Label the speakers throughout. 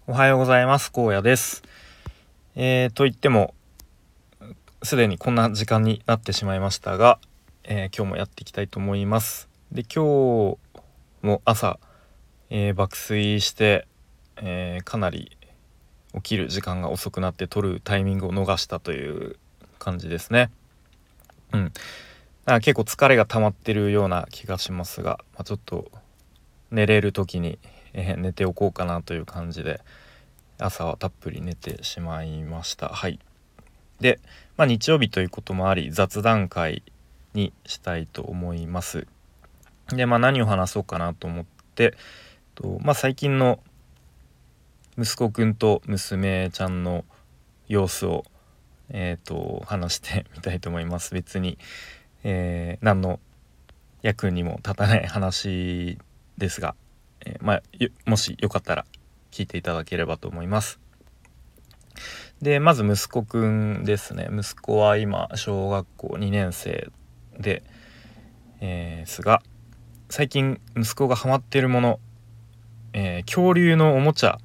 Speaker 1: おはようございます。荒野です。と言ってもすでにこんな時間になってしまいましたが、今日もやっていきたいと思います。で、今日も朝、爆睡して、かなり起きる時間が遅くなって撮るタイミングを逃したという感じですね。だから結構疲れが溜まってるような気がしますが、ちょっと寝れる時に、寝ておこうかなという感じで朝はたっぷり寝てしまいました。はい。で、日曜日ということもあり雑談会にしたいと思います。で、何を話そうかなと思って、最近の息子くんと娘ちゃんの様子を話してみたいと思います。別に、何の役にも立たない話ですが、もしよかったら聞いていただければと思います。で、まず息子くんですね。息子は今小学校2年生で、すが、最近息子がハマっているもの、恐竜のおもちゃ、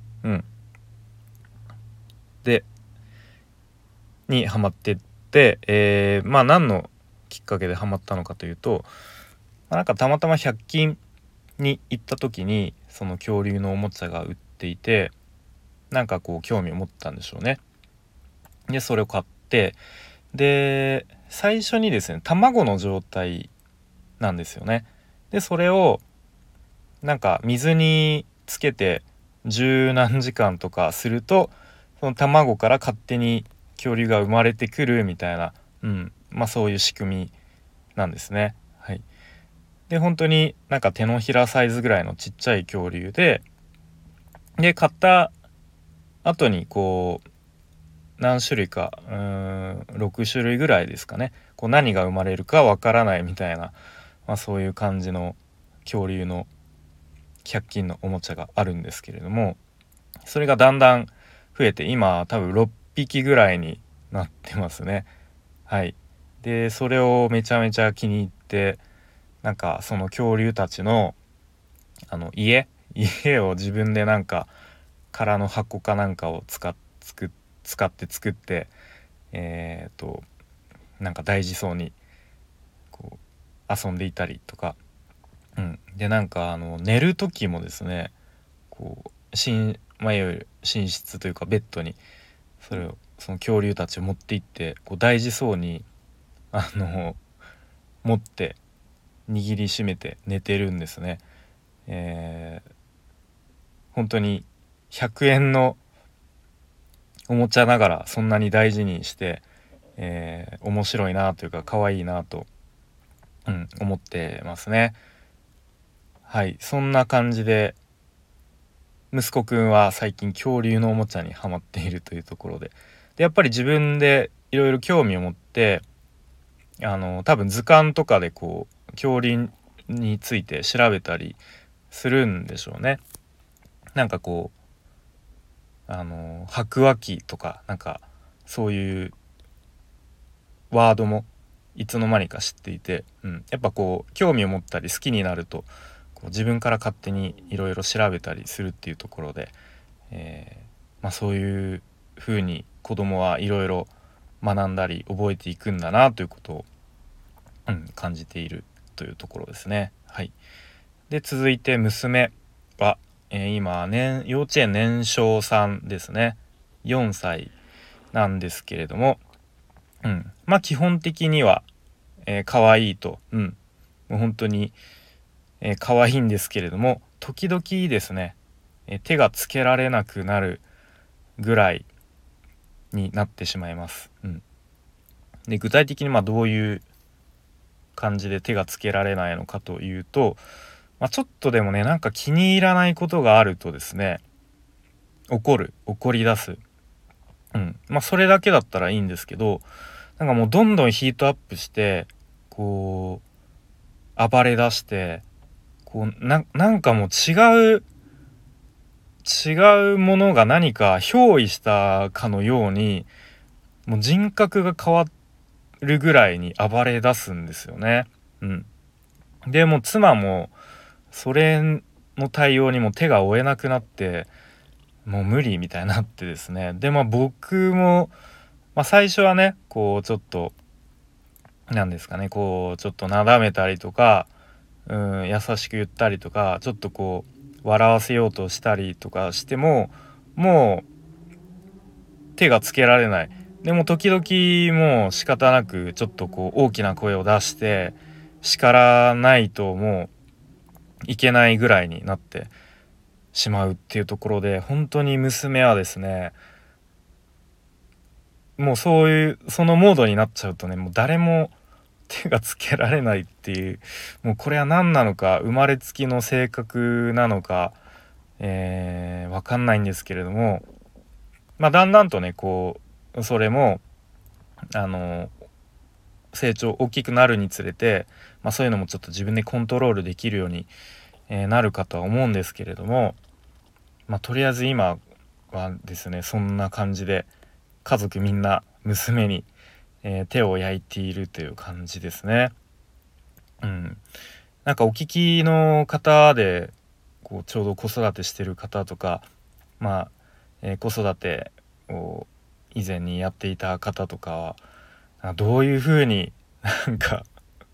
Speaker 1: でにハマってって、何のきっかけでハマったのかというと、なんかたまたま100均に行った時にその恐竜のおもちゃが売っていて、なんかこう興味を持ったんでしょうね。でそれを買って、で最初にですね、卵の状態なんですよね。でそれをなんか水につけて十何時間とかすると、その卵から勝手に恐竜が生まれてくるみたいな、そういう仕組みなんですね。はい。で本当になんか手のひらサイズぐらいのちっちゃい恐竜で、買った後にこう何種類か、6種類ぐらいですかね、こう何が生まれるかわからないみたいな、そういう感じの恐竜の100均のおもちゃがあるんですけれども、それがだんだん増えて今多分6匹ぐらいになってますね。はい。でそれをめちゃめちゃ気に入って、なんかその恐竜たちの家を自分でなんか空の箱かなんかを使って作って、なんか大事そうにこう遊んでいたりとか、でなんか寝る時もですね、こういわゆる寝室というかベッドにその恐竜たちを持って行って、こう大事そうに持って握りしめて寝てるんですね。本当に100円のおもちゃながらそんなに大事にして、面白いなというか可愛いなと、思ってますね。はい。そんな感じで息子くんは最近恐竜のおもちゃにハマっているというところで、やっぱり自分でいろいろ興味を持って、多分図鑑とかでこう恐竜について調べたりするんでしょうね。なんかこう白亜紀とかなんかそういうワードもいつの間にか知っていて、やっぱこう興味を持ったり好きになると、こう自分から勝手にいろいろ調べたりするっていうところで、そういうふうに子供はいろいろ学んだり覚えていくんだなということを、感じているというところですね。はい。で続いて娘は、今幼稚園年少さんですね。4歳なんですけれども、基本的には、可愛いと、もう本当に、可愛いんですけれども、時々ですね、手がつけられなくなるぐらいになってしまいます。で具体的にどういう感じで手がつけられないのかというと、ちょっとでもねなんか気に入らないことがあるとですね、怒り出す。それだけだったらいいんですけど、なんかもうどんどんヒートアップして、こう暴れ出して、こうなんかもう違うものが何か憑依したかのように、もう人格が変わるぐらいに暴れ出すんですよね。でもう妻もそれの対応にも手が負えなくなって、 もう無理みたいになってですね。で僕も、最初はねこうちょっとなんですかね、こうちょっとなだめたりとか、優しく言ったりとか、ちょっとこう笑わせようとしたりとかしても、もう手がつけられない。でも時々もう仕方なくちょっとこう大きな声を出して叱らないともういけないぐらいになってしまうっていうところで、本当に娘はですね、もうそういうそのモードになっちゃうとね、もう誰も手がつけられないっていう、もうこれは何なのか、生まれつきの性格なのか、わかんないんですけれども、だんだんとねこうそれもあの成長大きくなるにつれて、そういうのもちょっと自分でコントロールできるように、なるかとは思うんですけれども、とりあえず今はですねそんな感じで家族みんな娘に、手を焼いているという感じですね。なんかお聞きの方でこうちょうど子育てしてる方とか、子育てを以前にやっていた方とかはどういうふうになんか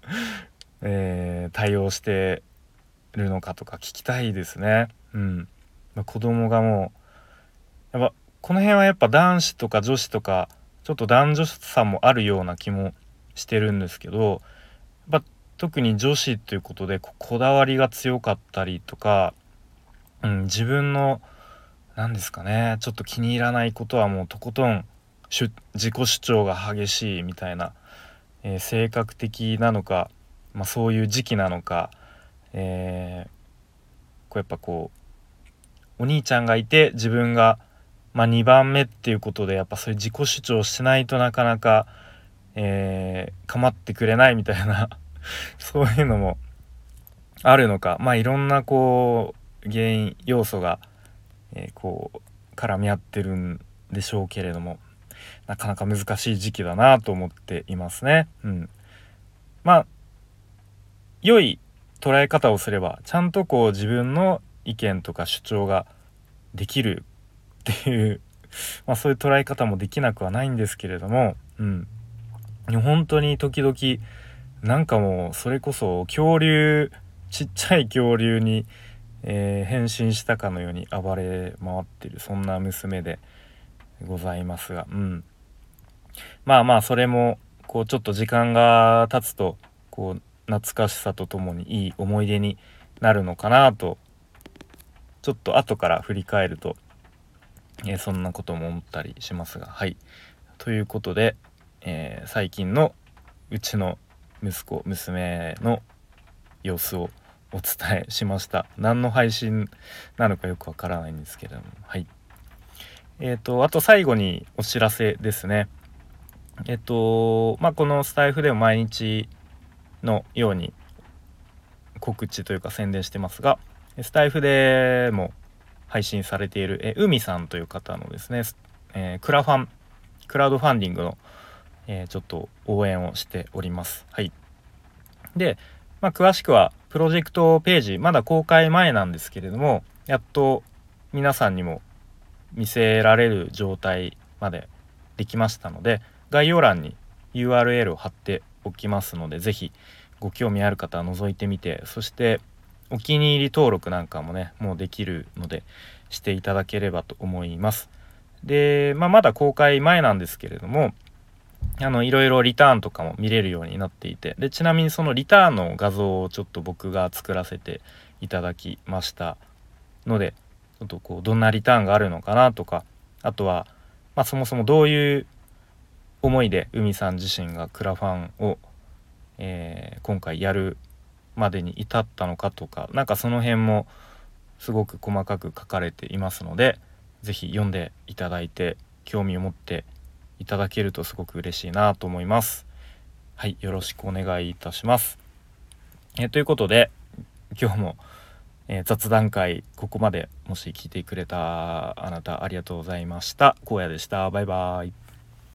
Speaker 1: 対応してるのかとか聞きたいですね。子供がもうやっぱこの辺はやっぱ男子とか女子とかちょっと男女差もあるような気もしてるんですけど、やっぱ特に女子ということでこだわりが強かったりとか、自分の何ですかね、ちょっと気に入らないことはもうとことん自己主張が激しいみたいな、性格的なのか、そういう時期なのか、こうやっぱこうお兄ちゃんがいて自分が、2番目っていうことでやっぱそういう自己主張しないとなかなか、構ってくれないみたいなそういうのもあるのか、いろんなこう原因要素が、こう絡み合ってるんでしょうけれども、なかなか難しい時期だなと思っていますね。良い捉え方をすればちゃんとこう自分の意見とか主張ができるっていう、そういう捉え方もできなくはないんですけれども、本当に時々なんかもうそれこそちっちゃい恐竜に、変身したかのように暴れ回ってるそんな娘でございますが、それもこうちょっと時間が経つとこう懐かしさとともにいい思い出になるのかなと、ちょっと後から振り返ると、そんなことも思ったりしますが、ということで、最近のうちの息子娘の様子をお伝えしました。何の配信なのかよくわからないんですけれども、あと最後にお知らせですね。このスタイフでも毎日のように告知というか宣伝してますが、スタイフでも配信されている海さんという方のですね、クラウドファンディングの、ちょっと応援をしております。で、詳しくはプロジェクトページまだ公開前なんですけれども、やっと皆さんにも見せられる状態までできましたので、概要欄に URL を貼っておきますので、ぜひご興味ある方は覗いてみて、そしてお気に入り登録なんかもねもうできるのでしていただければと思います。で、まだ公開前なんですけれども、いろいろリターンとかも見れるようになっていて、でちなみにそのリターンの画像をちょっと僕が作らせていただきましたので、ちょっとこうどんなリターンがあるのかなとか、あとは、そもそもどういう思いで海さん自身がクラファンを、今回やるまでに至ったのかとか、なんかその辺もすごく細かく書かれていますので、ぜひ読んでいただいて興味を持っていただけるとすごく嬉しいなと思います。よろしくお願いいたします。ということで今日も、雑談会ここまでもし聞いてくれたあなたありがとうございました。荒野でした。バイバイ。